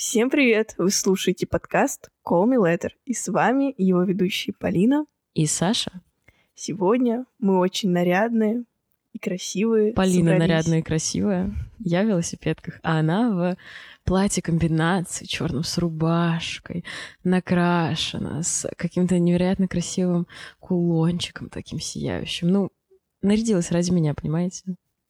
Всем привет! Вы слушаете подкаст Call Me Later, и с вами его ведущие Полина и Саша. Сегодня мы очень нарядные и красивые. Полина нарядная и красивая, я в велосипедках, а она в платье комбинации, черном с рубашкой, накрашена, с каким-то невероятно красивым кулончиком таким сияющим. Ну, нарядилась ради меня, понимаете?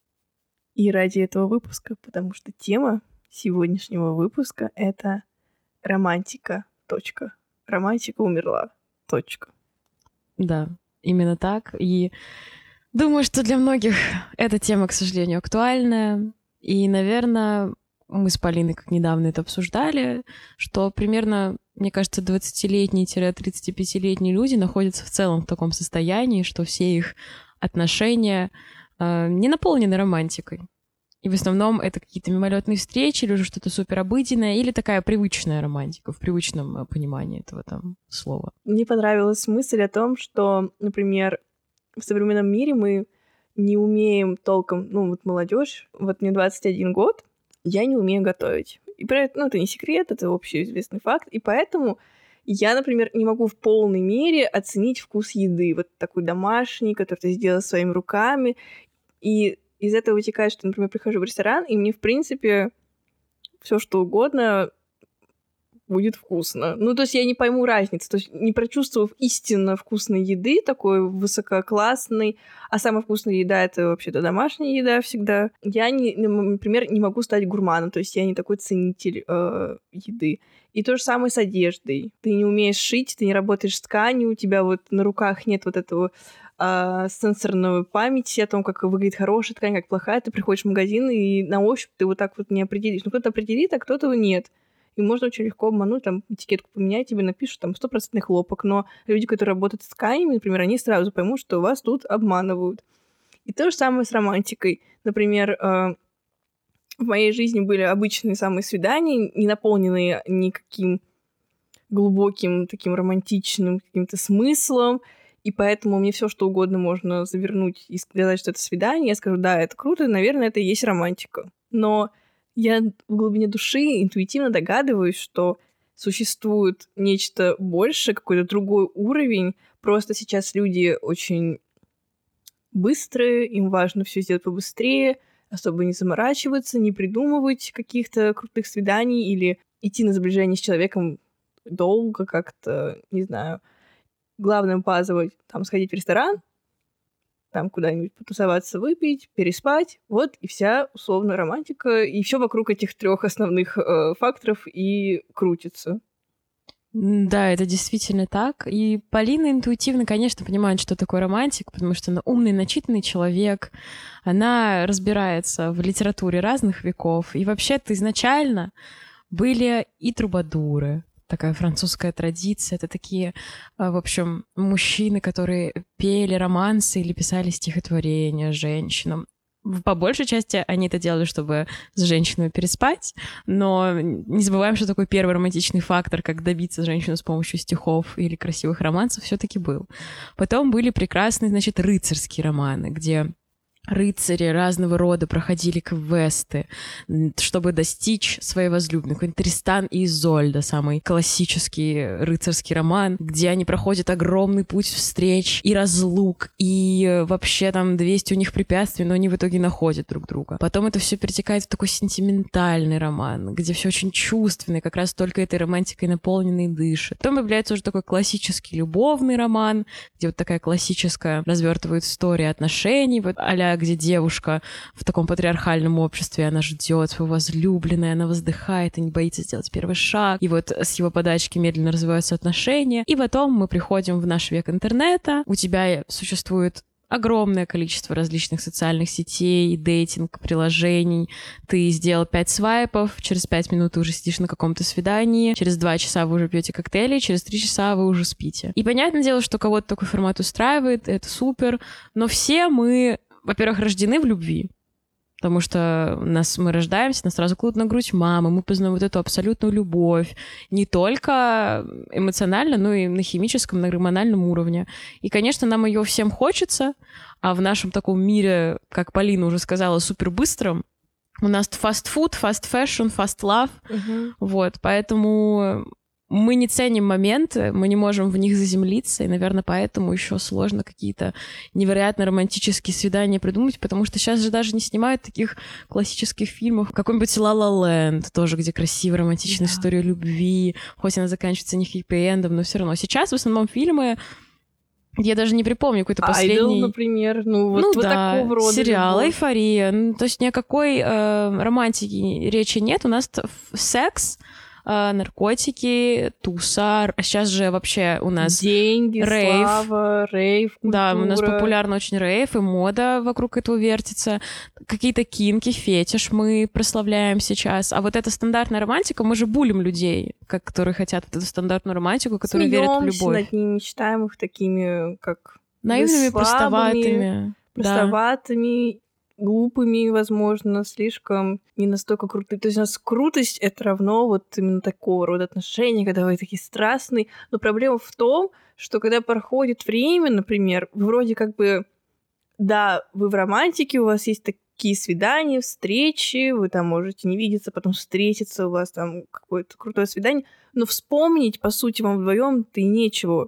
И ради этого выпуска, потому что тема сегодняшнего выпуска — это романтика. Точка. Романтика умерла. Точка. Да, именно так. И думаю, что для многих эта тема, к сожалению, актуальная. И, наверное, мы с Полиной как недавно это обсуждали, что примерно, мне кажется, 20-летние-35-летние люди находятся в целом в таком состоянии, что все их отношения не наполнены романтикой. И в основном это какие-то мимолетные встречи или уже что-то суперобыденное, или такая привычная романтика в привычном понимании этого там слова. Мне понравилась мысль о том, что, например, в современном мире мы не умеем толком, вот молодежь, вот мне 21 год, я не умею готовить. И про это, это не секрет, это общеизвестный факт. И поэтому я, например, не могу в полной мере оценить вкус еды. Вот такой домашний, который ты сделал своими руками. И из этого вытекает, что, например, прихожу в ресторан, и мне, в принципе, все что угодно будет вкусно. То есть я не пойму разницы. То есть не прочувствовав истинно вкусной еды, такой высококлассной, а самая вкусная еда — это вообще-то домашняя еда всегда, я, например, не могу стать гурманом. То есть я не такой ценитель еды. И то же самое с одеждой. Ты не умеешь шить, ты не работаешь с тканью, у тебя вот на руках нет вот этого сенсорной памяти о том, как выглядит хорошая ткань, как плохая. Ты приходишь в магазин, и на ощупь ты вот так вот не определишь. Кто-то определит, а кто-то нет. И можно очень легко обмануть, там, этикетку поменять, тебе напишут, там, 100% хлопок. Но люди, которые работают с тканями, например, они сразу поймут, что вас тут обманывают. И то же самое с романтикой. Например, в моей жизни были обычные самые свидания, не наполненные никаким глубоким, таким романтичным каким-то смыслом. И поэтому мне все что угодно можно завернуть и сказать, что это свидание. Я скажу, да, это круто, наверное, это и есть романтика. Но я в глубине души интуитивно догадываюсь, что существует нечто большее, какой-то другой уровень. Просто сейчас люди очень быстрые, им важно все сделать побыстрее, особо не заморачиваться, не придумывать каких-то крутых свиданий или идти на сближение с человеком долго как-то, не знаю. Главное базовое, там, сходить в ресторан, там куда-нибудь потусоваться, выпить, переспать, вот и вся условно романтика, и все вокруг этих 3 основных факторов и крутится. Да, это действительно так. И Полина интуитивно, конечно, понимает, что такое романтик, потому что она умный, начитанный человек. Она разбирается в литературе разных веков. И вообще-то изначально были и трубадуры. Такая французская традиция. Это такие, в общем, мужчины, которые пели романсы или писали стихотворения женщинам. По большей части они это делали, чтобы с женщиной переспать, но не забываем, что такой первый романтичный фактор, как добиться женщину с помощью стихов или красивых романсов, все-таки был. Потом были прекрасные, рыцарские романы, где рыцари разного рода проходили квесты, чтобы достичь своей возлюбленной. Какой-нибудь Тристан и Изольда, самый классический рыцарский роман, где они проходят огромный путь встреч и разлук, и вообще там 200 у них препятствий, но они в итоге находят друг друга. Потом это все перетекает в такой сентиментальный роман, где все очень чувственный, как раз только этой романтикой наполненный дышит. Потом появляется уже такой классический любовный роман, где вот такая классическая развертывает история отношений, вот а-ля где девушка в таком патриархальном обществе, она ждет своего возлюбленного, она воздыхает и не боится сделать первый шаг. И вот с его подачки медленно развиваются отношения. И потом мы приходим в наш век интернета. У тебя существует огромное количество различных социальных сетей, дейтинг-приложений. Ты сделал 5 свайпов, через 5 минут ты уже сидишь на каком-то свидании, через 2 часа вы уже пьете коктейли, через 3 часа вы уже спите. И понятное дело, что кого-то такой формат устраивает, это супер, но все мы, во-первых, рождены в любви, потому что мы рождаемся, нас сразу кладут на грудь мамы, мы познаем вот эту абсолютную любовь, не только эмоционально, но и на химическом, на гормональном уровне. И, конечно, нам ее всем хочется, а в нашем таком мире, как Полина уже сказала, супербыстром, У нас фастфуд, фаст-фэшн, фаст-лав. Вот, поэтому мы не ценим моменты, мы не можем в них заземлиться, и, наверное, поэтому еще сложно какие-то невероятно романтические свидания придумать, потому что сейчас же даже не снимают таких классических фильмов. Какой-нибудь «Ла Ла Ленд», тоже, где красивая романтичная история любви, хоть она заканчивается не хэппи-эндом, но все равно. Сейчас в основном фильмы, я даже не припомню какой-то последний... «Айдол», например, вот да, такого рода. сериал «Эйфория». То есть ни о какой романтике речи нет. У нас секс, наркотики, туса. А сейчас же вообще у нас деньги, рейв. слава, рейв, культура. Да, у нас популярно очень рейв, и мода вокруг этого вертится. Какие-то кинки, фетиш мы прославляем сейчас. А вот эта стандартная романтика, мы же булим людей, которые хотят вот эту стандартную романтику, которые верят в любовь. Смеёмся над ними, считаем их такими, как... наивными, простоватыми. Простоватыми, глупыми, возможно, слишком не настолько крутые. То есть у нас крутость — это равно вот именно такого рода отношения, когда вы такие страстные. Но проблема в том, что когда проходит время, например, вы вроде как бы, да, вы в романтике, у вас есть такие свидания, встречи, вы там можете не видеться, потом встретиться, у вас там какое-то крутое свидание, но вспомнить, по сути, вам вдвоем-то и нечего.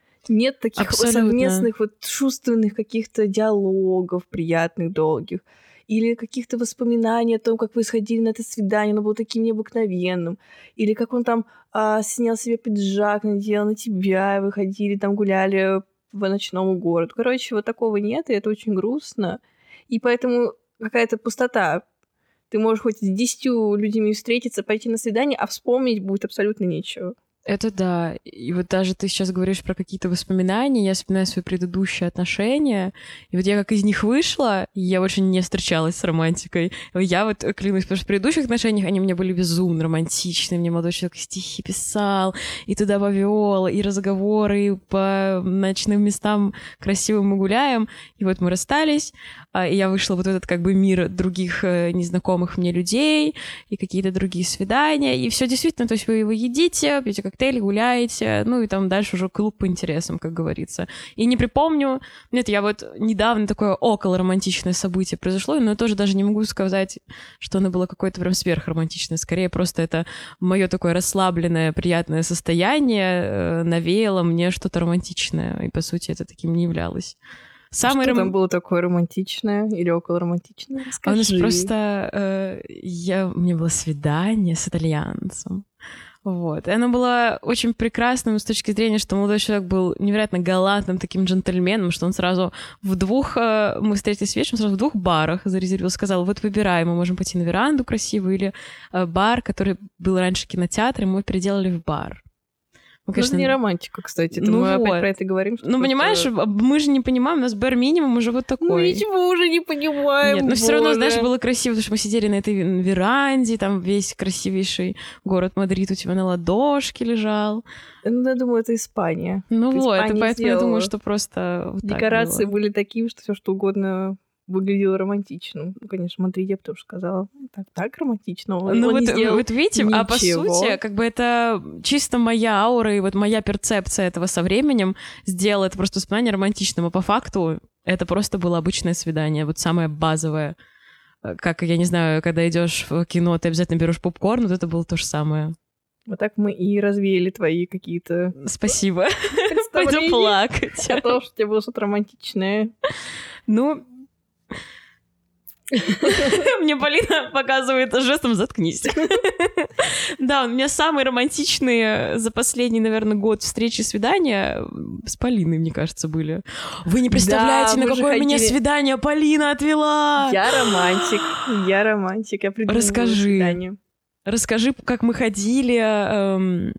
Нет таких совместных вот чувственных каких-то диалогов приятных, долгих. Или каких-то воспоминаний о том, как вы сходили на это свидание, оно было таким необыкновенным. Или как он там снял себе пиджак, надел на тебя, и вы ходили там, гуляли по ночному городу. Короче, вот такого нет, и это очень грустно. И поэтому какая-то пустота. Ты можешь хоть с 10 людьми встретиться, пойти на свидание, а вспомнить будет абсолютно нечего. Это да. И вот даже ты сейчас говоришь про какие-то воспоминания, я вспоминаю свои предыдущие отношения, и вот я как из них вышла, и я больше не встречалась с романтикой. Я вот клянусь, потому что в предыдущих отношениях они мне были безумно романтичные, мне молодой человек стихи писал, и туда повёл, и разговоры, и по ночным местам красивым мы гуляем, и вот мы расстались, и я вышла вот в этот как бы мир других незнакомых мне людей, и какие-то другие свидания, и все действительно, то есть вы едите, пьете коктейли, гуляете, ну и там дальше уже клуб по интересам, как говорится. И не припомню... Нет, я вот недавно такое околоромантичное событие произошло, но я тоже даже не могу сказать, что оно было какое-то прям сверхромантичное. Скорее, просто это мое такое расслабленное, приятное состояние навеяло мне что-то романтичное, и, по сути, это таким не являлось. Что там было такое романтичное или околоромантичное? Расскажи. У нас просто... У меня было свидание с итальянцем. Вот. И оно было очень прекрасным с точки зрения, что молодой человек был невероятно галантным таким джентльменом, что он сразу мы встретились вечером, сразу в 2 барах зарезервировал, сказал, вот выбирай, мы можем пойти на веранду красивую или бар, который был раньше кинотеатром, мы переделали в бар. Мы, конечно, это не романтика, кстати. Мы опять про это говорим. Ну, понимаешь, мы же не понимаем, у нас бар-минимум уже вот такой. Мы ничего уже не понимаем. Нет, но все равно, знаешь, было красиво, потому что мы сидели на этой веранде, там весь красивейший город Мадрид у тебя на ладошке лежал. Ну, я думаю, это Испания. Ну вот, и поэтому я думаю, что просто вот декорации были такие, что все что угодно выглядело романтичным. Ну, конечно, в Мадриде я бы тоже сказала, так романтично. Ну вот видите, ничего. А по сути, как бы это чисто моя аура и вот моя перцепция этого со временем сделала это просто воспоминание романтичным, а по факту это просто было обычное свидание, вот самое базовое. Как, я не знаю, когда идешь в кино, ты обязательно берешь попкорн, вот это было то же самое. Вот так мы и развеяли твои какие-то... Спасибо. Пойду плакать. О том, что у тебя было что-то романтичное. Ну... Мне Полина показывает жестом «заткнись». Да, у меня самые романтичные за последний, наверное, год встречи и свидания с Полиной, мне кажется, были. Вы не представляете, на какое меня свидание Полина отвела! Я романтик. Я придумала свидание. Расскажи, как мы ходили...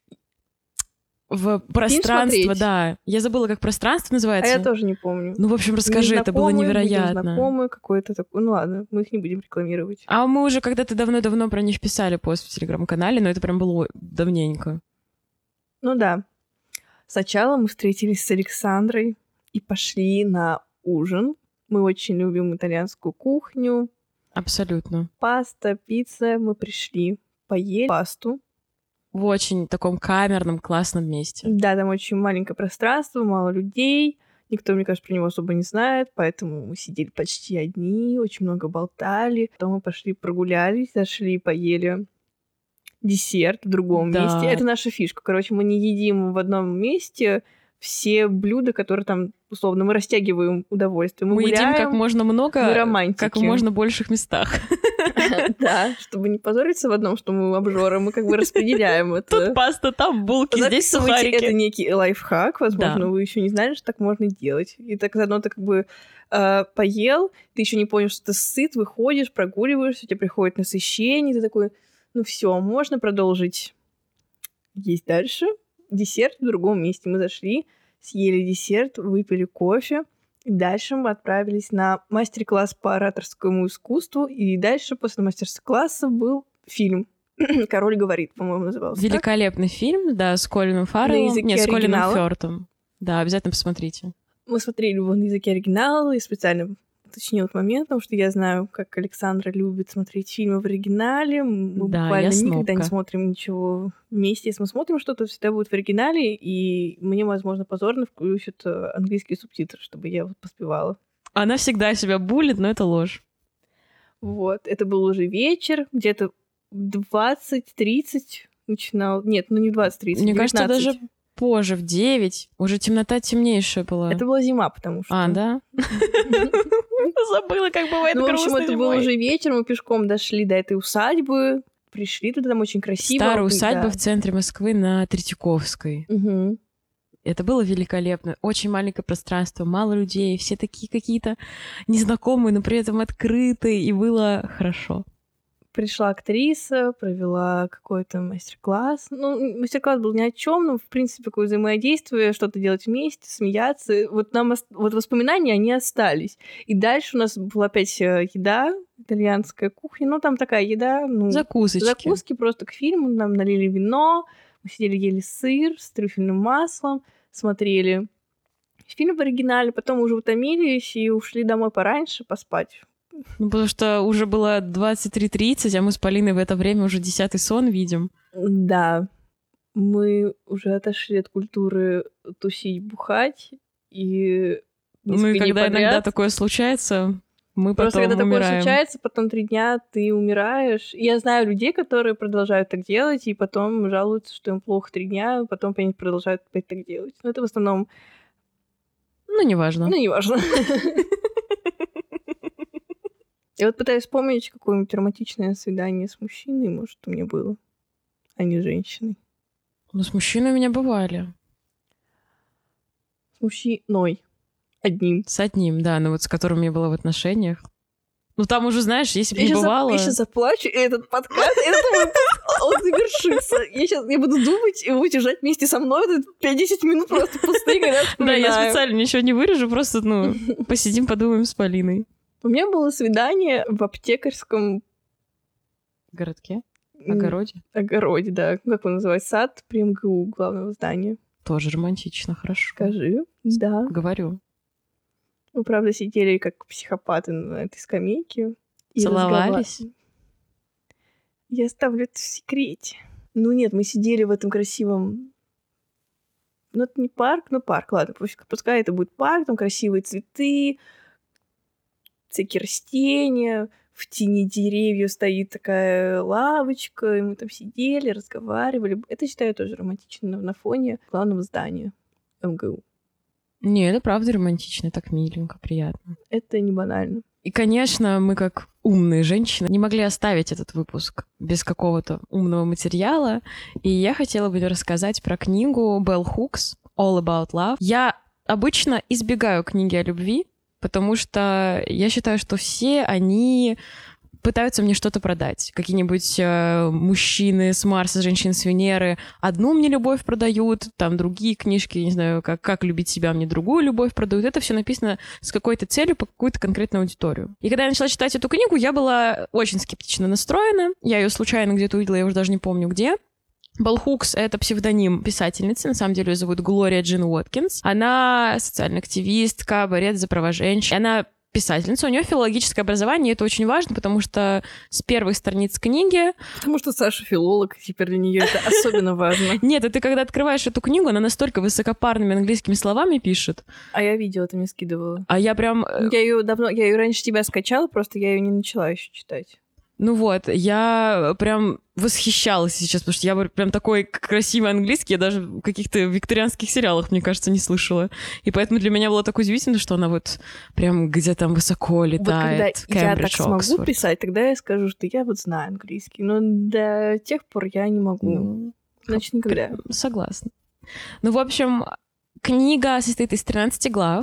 в пространство, да. Я забыла, как пространство называется. А я тоже не помню. Ну, в общем, расскажи, это было невероятно. Знакомые какой-то такой. Ну ладно, мы их не будем рекламировать. А мы уже когда-то давно-давно про них писали пост в Телеграм-канале, но это прям было давненько. Ну да. Сначала мы встретились с Александрой и пошли на ужин. Мы очень любим итальянскую кухню. Абсолютно. Паста, пицца. Мы пришли, поели пасту. В очень таком камерном, классном месте. Да, там очень маленькое пространство, мало людей, Никто, мне кажется, про него особо не знает, поэтому мы сидели почти одни, очень много болтали. Потом мы пошли прогулялись, зашли, поели десерт в другом месте. Это наша фишка. Короче, мы не едим в одном месте все блюда, которые там, условно, мы растягиваем удовольствие. Мы гуляем, едим как можно много, мы романтики. Как в можно больших местах. Да, чтобы не позориться в одном, что мы обжоры, мы как бы распределяем это. Тут паста, там булки, здесь сухарики. Это некий лайфхак, возможно, вы еще не знали, что так можно делать. И так заодно ты как бы поел, ты еще не понял, что ты сыт, выходишь, прогуливаешься, у тебя приходит насыщение, ты такой, ну все, можно продолжить есть дальше. Десерт в другом месте. Мы зашли, съели десерт, выпили кофе. И дальше мы отправились на мастер-класс по ораторскому искусству. И дальше после мастер-класса был фильм «Король говорит», по-моему, назывался. Великолепный фильм, да, с Колином Фарреллом. Нет, с Колином Фёртом. Да, обязательно посмотрите. Мы смотрели его на языке оригинала и специально уточнил этот момент, потому что я знаю, как Александра любит смотреть фильмы в оригинале. Мы буквально никогда не смотрим ничего вместе. Если мы смотрим что-то, всегда будет в оригинале, и мне, возможно, позорно включат английские субтитры, чтобы я вот поспевала. Она всегда себя булит, но это ложь. Вот. Это был уже вечер, где-то 20-30 начинал... Нет, ну не 20-30, Мне 19. кажется, даже позже, в 9. Уже темнота темнейшая была. Это была зима, потому что... Да? Забыла, как бывает грустно. В общем, это был уже вечер, мы пешком дошли до этой усадьбы, пришли туда, там очень красиво. Старая усадьба в центре Москвы на Третьяковской. Угу. Это было великолепно. Очень маленькое пространство, мало людей, все такие какие-то незнакомые, но при этом открытые, и было хорошо. Пришла актриса, провела какой-то мастер-класс. Ну, мастер-класс был ни о чем, но, в принципе, такое взаимодействие, что-то делать вместе, смеяться. Вот нам вот воспоминания, они остались. И дальше у нас была опять еда, итальянская кухня. Ну, там такая еда. Ну, закуски просто к фильму. Нам налили вино. Мы сидели, ели сыр с трюфельным маслом, смотрели фильм в оригинале, потом уже утомились и ушли домой пораньше поспать. Ну, потому что уже было 23:30, а мы с Полиной в это время уже 10-й сон видим. Да. Мы уже отошли от культуры тусить, бухать, и ну и когда иногда такое случается, мы просто потом когда умираем. Такое случается, потом 3 дня ты умираешь. И я знаю людей, которые продолжают так делать, и потом жалуются, что им плохо 3 дня, потом они продолжают опять так делать. Но это в основном... Ну, неважно. Я вот пытаюсь вспомнить какое-нибудь романтичное свидание с мужчиной, может, у меня было, а не с женщиной. Ну, с мужчиной у меня бывали. С мужчиной. Одним. С одним, да, но вот с которым я была в отношениях. Ну, там уже, знаешь, если бы не бывало... Я сейчас заплачу, и этот подкаст, он завершится. Я буду думать, и вы будете ждать вместе со мной 5-10 минут просто пустые, когда вспоминаю. Да, я специально ничего не вырежу, просто, посидим, подумаем с Полиной. У меня было свидание в аптекарском... Городке? Огороде? Огороде, да. Как он называется? Сад при МГУ главного здания. Тоже романтично, хорошо. Скажи. Да. Говорю. Мы, правда, сидели как психопаты на этой скамейке. Целовались? Я оставлю это в секрете. Ну нет, мы сидели в этом красивом... Ну, это не парк, но парк. Ладно, пускай это будет парк, там красивые цветы, всякие растения, в тени деревьев стоит такая лавочка, и мы там сидели, разговаривали. Это, считаю, тоже романтично на фоне главного здания МГУ. Не, это правда романтично, так миленько, приятно. Это не банально. И, конечно, мы, как умные женщины, не могли оставить этот выпуск без какого-то умного материала. И я хотела бы рассказать про книгу Bell Hooks «All About Love». Я обычно избегаю книги о любви, потому что я считаю, что все они пытаются мне что-то продать. Какие-нибудь мужчины с Марса, женщины с Венеры одну мне любовь продают, там другие книжки, не знаю, как любить себя, мне другую любовь продают. Это все написано с какой-то целью по какую-то конкретную аудиторию. И когда я начала читать эту книгу, я была очень скептично настроена. Я ее случайно где-то увидела, я уже даже не помню где. Bell Hooks — это псевдоним писательницы, на самом деле ее зовут Глория Джин Уоткинс. Она социальная активистка, борец за права женщин. Она писательница, у нее филологическое образование, и это очень важно, потому что с первых страниц книги... Потому что Саша филолог, и теперь для нее это особенно важно. Нет, и ты когда открываешь эту книгу, она настолько высокопарными английскими словами пишет. А я видела, ты мне скидывала. А я прям... Я ее раньше тебя скачала, просто я ее не начала еще читать. Ну вот, я прям восхищалась сейчас, потому что я прям такой красивый английский, я даже в каких-то викторианских сериалах, мне кажется, не слышала. И поэтому для меня было так удивительно, что она вот прям где там высоко летает. Вот когда я так смогу писать, тогда я скажу, что я вот знаю английский. Но до тех пор я не могу. Значит, никогда. Согласна. Ну, в общем, книга состоит из 13 глав,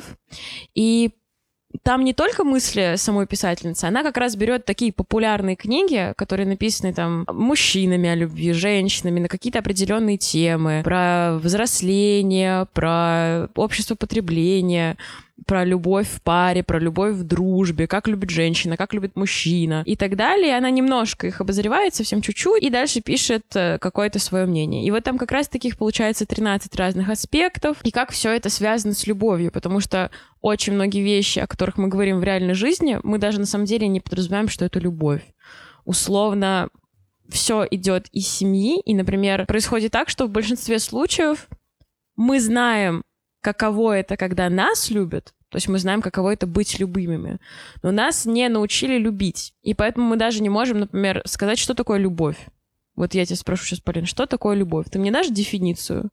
и там не только мысли самой писательницы, она как раз берет такие популярные книги, которые написаны там мужчинами о любви, женщинами на какие-то определенные темы, про взросление, про общество потребления, про любовь в паре, про любовь в дружбе, как любит женщина, как любит мужчина и так далее. И она немножко их обозревает, совсем чуть-чуть, и дальше пишет какое-то свое мнение. И вот там как раз таких получается 13 разных аспектов, и как все это связано с любовью, потому что очень многие вещи, о которых мы говорим в реальной жизни, мы даже на самом деле не подразумеваем, что это любовь. Условно, все идет из семьи, и, например, происходит так, что в большинстве случаев мы знаем, каково это, когда нас любят, то есть мы знаем, каково это быть любимыми, но нас не научили любить, и поэтому мы даже не можем, например, сказать, что такое любовь. Вот я тебя спрошу сейчас, Полин, что такое любовь? Ты мне дашь дефиницию?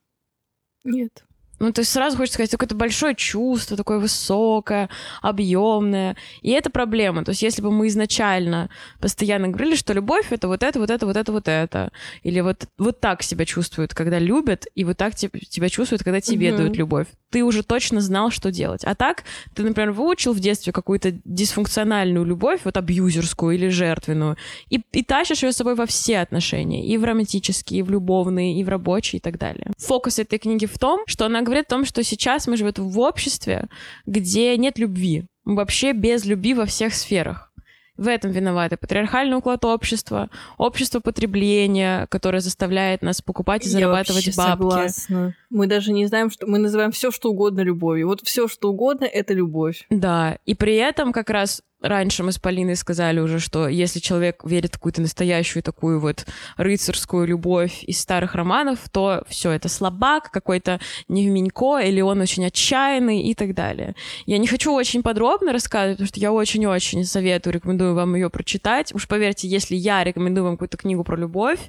Нет. Ну, то есть сразу хочется сказать, какое-то большое чувство, такое высокое, объемное. И это проблема. То есть если бы мы изначально постоянно говорили, что любовь — это вот это, вот это, вот это, вот это. Или вот так себя чувствуют, когда любят, и вот так тебя чувствуют, когда тебе дают любовь. Ты уже точно знал, что делать. А так ты, например, выучил в детстве какую-то дисфункциональную любовь, вот абьюзерскую или жертвенную, и тащишь ее с собой во все отношения. И в романтические, и в любовные, и в рабочие, и так далее. Фокус этой книги в том, что она говорит о том, что сейчас мы живем в обществе, где нет любви. Вообще без любви во всех сферах. В этом виноваты патриархальный уклад общества, общество потребления, которое заставляет нас покупать и зарабатывать бабки. Согласна. Мы даже не знаем, что мы называем все, что угодно любовью. Вот все, что угодно, это любовь. Да, и при этом как раз раньше мы с Полиной сказали уже, что если человек верит в какую-то настоящую такую вот рыцарскую любовь из старых романов, то все это слабак, какой-то невменько, или он очень отчаянный и так далее. Я не хочу очень подробно рассказывать, потому что я очень-очень советую, рекомендую вам ее прочитать. Уж поверьте, если я рекомендую вам какую-то книгу про любовь,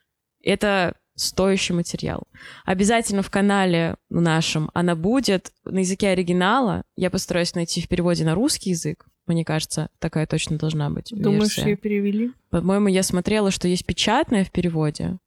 это стоящий материал. Обязательно в канале нашем она будет на языке оригинала. Я постараюсь найти в переводе на русский язык. Мне кажется, такая точно должна быть версия. Думаешь, ее перевели? По-моему, я смотрела, что есть печатная в переводе.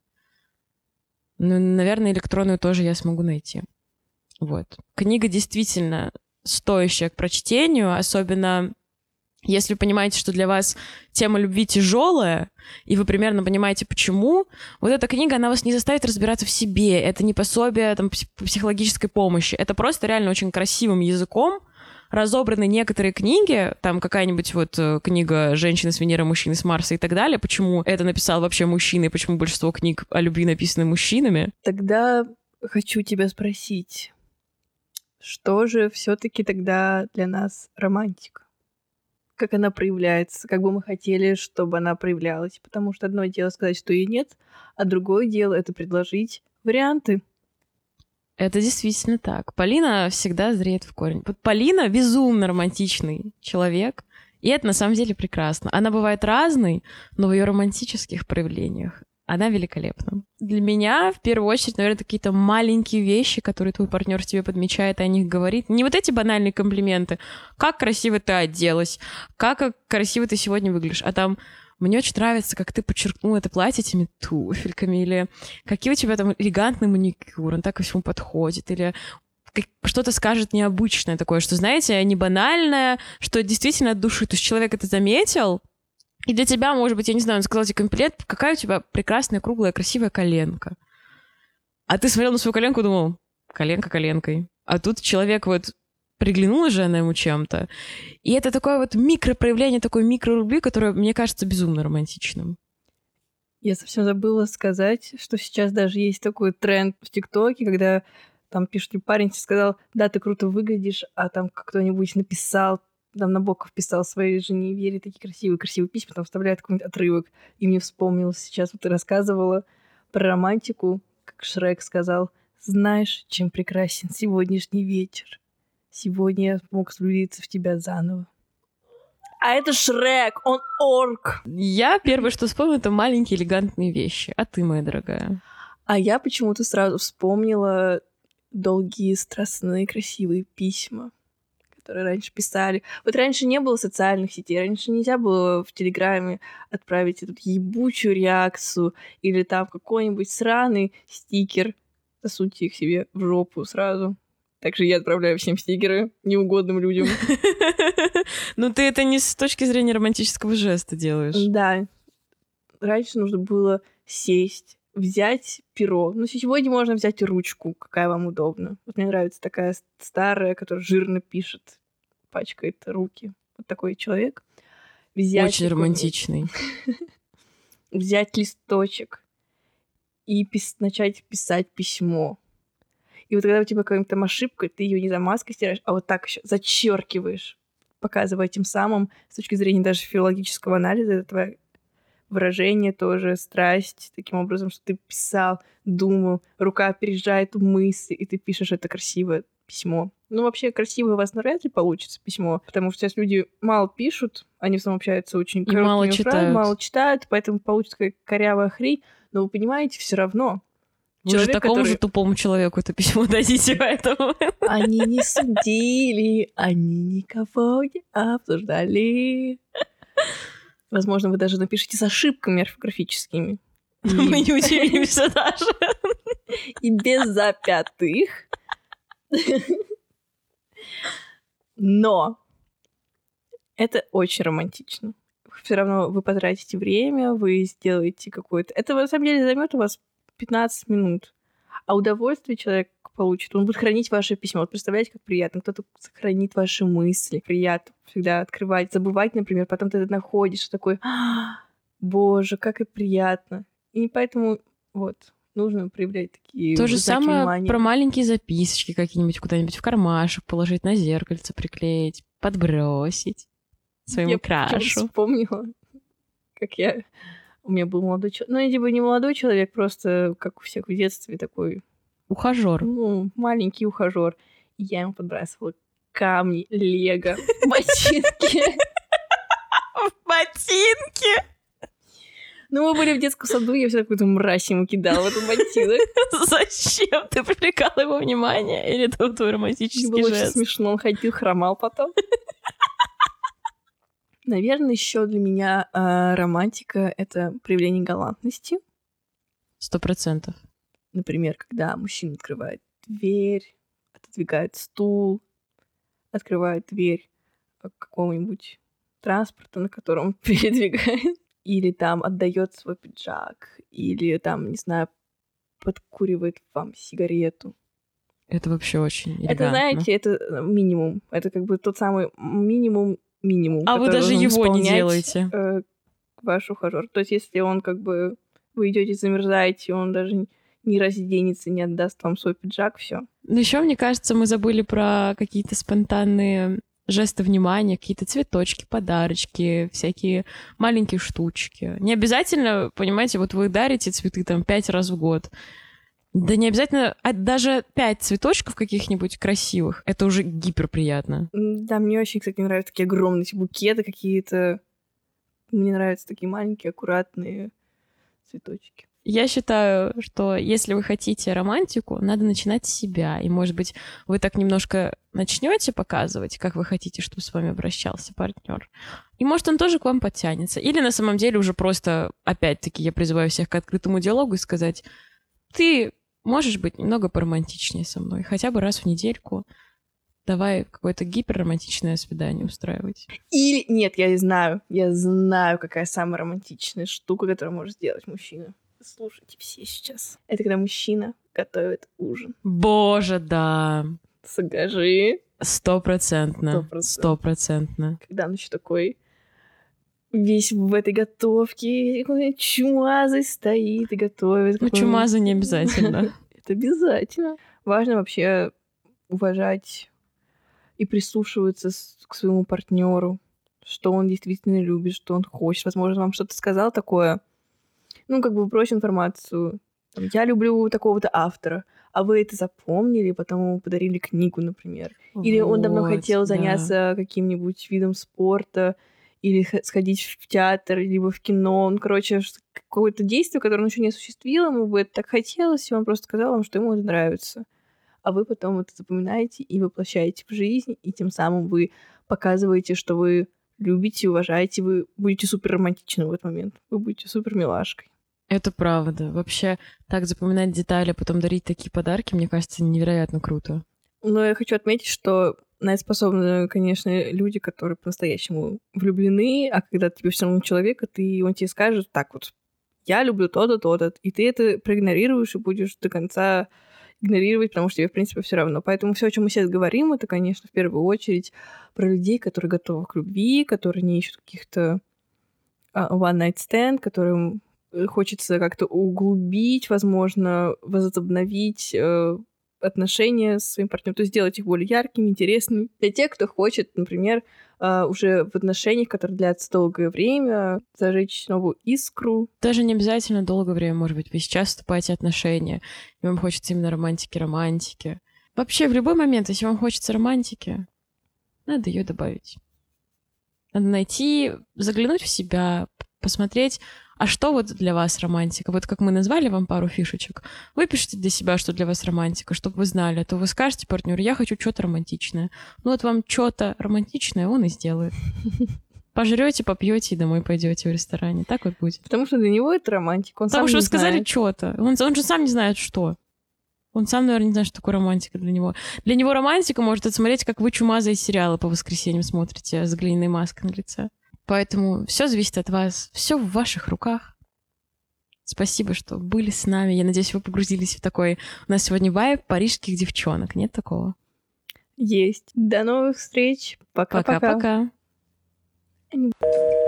Ну, наверное, электронную тоже я смогу найти. Вот. Книга действительно стоящая к прочтению, особенно если вы понимаете, что для вас тема любви тяжелая, и вы примерно понимаете, почему, вот эта книга, она вас не заставит разбираться в себе. Это не пособие там, по психологической помощи. Это просто реально очень красивым языком разобраны некоторые книги, там какая-нибудь вот книга «Женщины с Венеры, мужчины с Марса» и так далее, почему это написал вообще мужчина, и почему большинство книг о любви написаны мужчинами. Тогда хочу тебя спросить, что же все-таки тогда для нас романтика? Как она проявляется? Как бы мы хотели, чтобы она проявлялась? Потому что одно дело сказать, что ее нет, а другое дело — это предложить варианты. Это действительно так. Полина всегда зреет в корень. Вот Полина безумно романтичный человек, и это на самом деле прекрасно. Она бывает разной, но в ее романтических проявлениях она великолепна. Для меня, в первую очередь, наверное, какие-то маленькие вещи, которые твой партнер тебе подмечает и о них говорит. Не вот эти банальные комплименты. Как красиво ты оделась, как красиво ты сегодня выглядишь, а там: мне очень нравится, как ты подчеркнула это платье этими туфельками, или какие у тебя там элегантный маникюр, он так ко всему подходит, или что-то скажет необычное такое, что, знаете, не банальное, что действительно от души. То есть человек это заметил, и для тебя, может быть, я не знаю, он сказал тебе комплимент, какая у тебя прекрасная, круглая, красивая коленка. А ты смотрел на свою коленку и думал: коленка коленкой. А тут человек вот приглянула же она ему чем-то. И это такое вот микропроявление, такой микролюбви, которое, мне кажется, безумно романтичным. Я совсем забыла сказать, что сейчас даже есть такой тренд в ТикТоке, когда там пишет, парень тебе сказал: да, ты круто выглядишь, а там кто-нибудь написал: там Набоков писал своей жене Вере такие красивые письма, там вставляет какой-нибудь отрывок. И мне вспомнилось сейчас, вот ты рассказывала про романтику, как Шрек сказал: «Знаешь, чем прекрасен сегодняшний вечер? Сегодня я смог влюбиться в тебя заново». А это Шрек, он орк. Я первое, что вспомнила, это маленькие элегантные вещи. А ты, моя дорогая? А я почему-то сразу вспомнила долгие, страстные, красивые письма, которые раньше писали. Вот раньше не было социальных сетей, раньше нельзя было в Телеграме отправить эту ебучую реакцию или там какой-нибудь сраный стикер. Засуньте их себе в жопу сразу. Также я отправляю всем стикеры неугодным людям. Ну, ты это не с точки зрения романтического жеста делаешь. Да. Раньше нужно было сесть, взять перо. Ну, сегодня можно взять ручку, какая вам удобна. Вот мне нравится такая старая, которая жирно пишет, пачкает руки. Вот такой человек. Очень романтичный. Взять листочек и начать писать письмо. И вот когда у тебя какая-нибудь там ошибка, ты ее не замазкой стираешь, а вот так еще зачеркиваешь, показывая тем самым, с точки зрения даже филологического анализа, это твое выражение тоже, страсть, таким образом, что ты писал, думал, рука опережает мысли, и ты пишешь это красивое письмо. Ну, вообще, красивое у вас навряд ли получится письмо, потому что сейчас люди мало пишут, они в основном общаются очень короткими фразами, мало читают, поэтому получится какая-то корявая хрень, но вы понимаете, все равно. Вы же такому же тупому человеку это письмо дадите, поэтому... Они не судили, они никого не обсуждали. Возможно, вы даже напишите с ошибками орфографическими. Мы не удивимся даже. И без запятых. Но это очень романтично. Все равно вы потратите время, вы сделаете какое-то... Это, на самом деле, займет у вас 15 минут. А удовольствие человек получит. Он будет хранить ваше письмо. Вот представляете, как приятно. Кто-то сохранит ваши мысли. Приятно всегда открывать, забывать, например. Потом ты это находишь, такой: боже, как и приятно. И поэтому вот нужно проявлять такие то же самое внимания. Про маленькие записочки какие-нибудь куда-нибудь в кармашек положить, на зеркальце приклеить, подбросить своему крашу. Я вспомнила, как у меня был молодой человек. Ну, типа не молодой человек, просто, как у всех в детстве, такой... Ухажёр. Ну, маленький ухажёр. И я ему подбрасывала камни, лего, ботинки. В ботинки? Ну, мы были в детском саду, я всегда какую-то мразь ему кидала в этот ботинок. Зачем? Ты привлекала его внимание? Или это твой романтический жест? Было очень смешно, он ходил, хромал потом. Наверное, еще для меня романтика — это проявление галантности. 100%. Например, когда мужчина открывает дверь, отодвигает стул, открывает дверь какого-нибудь транспорта, на котором он передвигает, или там отдает свой пиджак, или там, не знаю, подкуривает вам сигарету. Это вообще очень элегантно. Это, знаете, это минимум. Это как бы тот самый минимум. А вы даже его не делаете. Ваш ухажёр. То есть, если он как бы... Вы идете, замерзаете, он даже не разденется, не отдаст вам свой пиджак, все. Но еще, мне кажется, мы забыли про какие-то спонтанные жесты внимания, какие-то цветочки, подарочки, всякие маленькие штучки. Не обязательно, понимаете, вот вы дарите цветы там 5 раз в год. Да не обязательно, даже 5 цветочков каких-нибудь красивых. Это уже гиперприятно. Да, мне очень, кстати, нравятся такие огромные букеты какие-то. Мне нравятся такие маленькие, аккуратные цветочки. Я считаю, что если вы хотите романтику, надо начинать с себя. И, может быть, вы так немножко начнете показывать, как вы хотите, чтобы с вами обращался партнер. И, может, он тоже к вам подтянется. Или на самом деле уже просто, опять-таки, я призываю всех к открытому диалогу и сказать: ты можешь быть немного поромантичнее со мной, хотя бы раз в недельку. Давай какое-то гиперромантичное свидание устраивать. Или нет, я знаю, какая самая романтичная штука, которую может сделать мужчина. Слушайте все сейчас. Это когда мужчина готовит ужин. Боже, да. Скажи. 100%. Когда он еще такой весь в этой готовке, чумазый стоит и готовит. Ну, чумазый не обязательно. Это обязательно. Важно вообще уважать и прислушиваются к своему партнеру, что он действительно любит, что он хочет. Возможно, вам что-то сказал такое, ну, как бы брось информацию. Там, я люблю такого-то автора, а вы это запомнили, потом ему подарили книгу, например. Или он давно хотел заняться каким-нибудь видом спорта, или сходить в театр, либо в кино. Он, короче, какое-то действие, которое он еще не осуществил, ему бы это так хотелось, и он просто сказал вам, что ему это нравится. А вы потом это запоминаете и воплощаете в жизнь, и тем самым вы показываете, что вы любите, уважаете, вы будете супер романтичны в этот момент. Вы будете супер милашкой. Это правда. Вообще, так запоминать детали, потом дарить такие подарки, мне кажется, невероятно круто. Но я хочу отметить, что на это способны, конечно, люди, которые по-настоящему влюблены, а когда тебе все равно человека, он тебе скажет так вот, я люблю то-то, то-то, и ты это проигнорируешь и будешь до конца игнорировать, потому что тебе, в принципе, все равно. Поэтому все, о чем мы сейчас говорим, это, конечно, в первую очередь про людей, которые готовы к любви, которые не ищут каких-то one-night stand, которым хочется как-то углубить, возможно, возобновить отношения с своим партнером, то есть сделать их более яркими, интересными. Для тех, кто хочет, например, уже в отношениях, которые длятся долгое время, зажечь новую искру. Даже не обязательно долгое время, может быть, вы сейчас вступаете в отношения, и вам хочется именно романтики. Вообще, в любой момент, если вам хочется романтики, надо ее добавить. Надо найти, заглянуть в себя, посмотреть, а что вот для вас романтика? Вот как мы назвали вам пару фишечек, вы пишите для себя, что для вас романтика, чтобы вы знали. А то вы скажете партнеру, я хочу что-то романтичное. Ну вот вам что-то романтичное он и сделает. Пожрете, попьете и домой пойдете в ресторане. Так вот будет. Потому что для него это романтика. Потому что вы сказали что-то. Он же сам не знает, что. Он сам, наверное, не знает, что такое романтика для него. Для него романтика может отсмотреть, как вы чумазые сериалы по воскресеньям смотрите с глиняной маской на лице. Поэтому все зависит от вас, все в ваших руках. Спасибо, что были с нами. Я надеюсь, вы погрузились в такой... У нас сегодня вайб парижских девчонок. Нет такого? Есть. До новых встреч. Пока-пока. Пока-пока.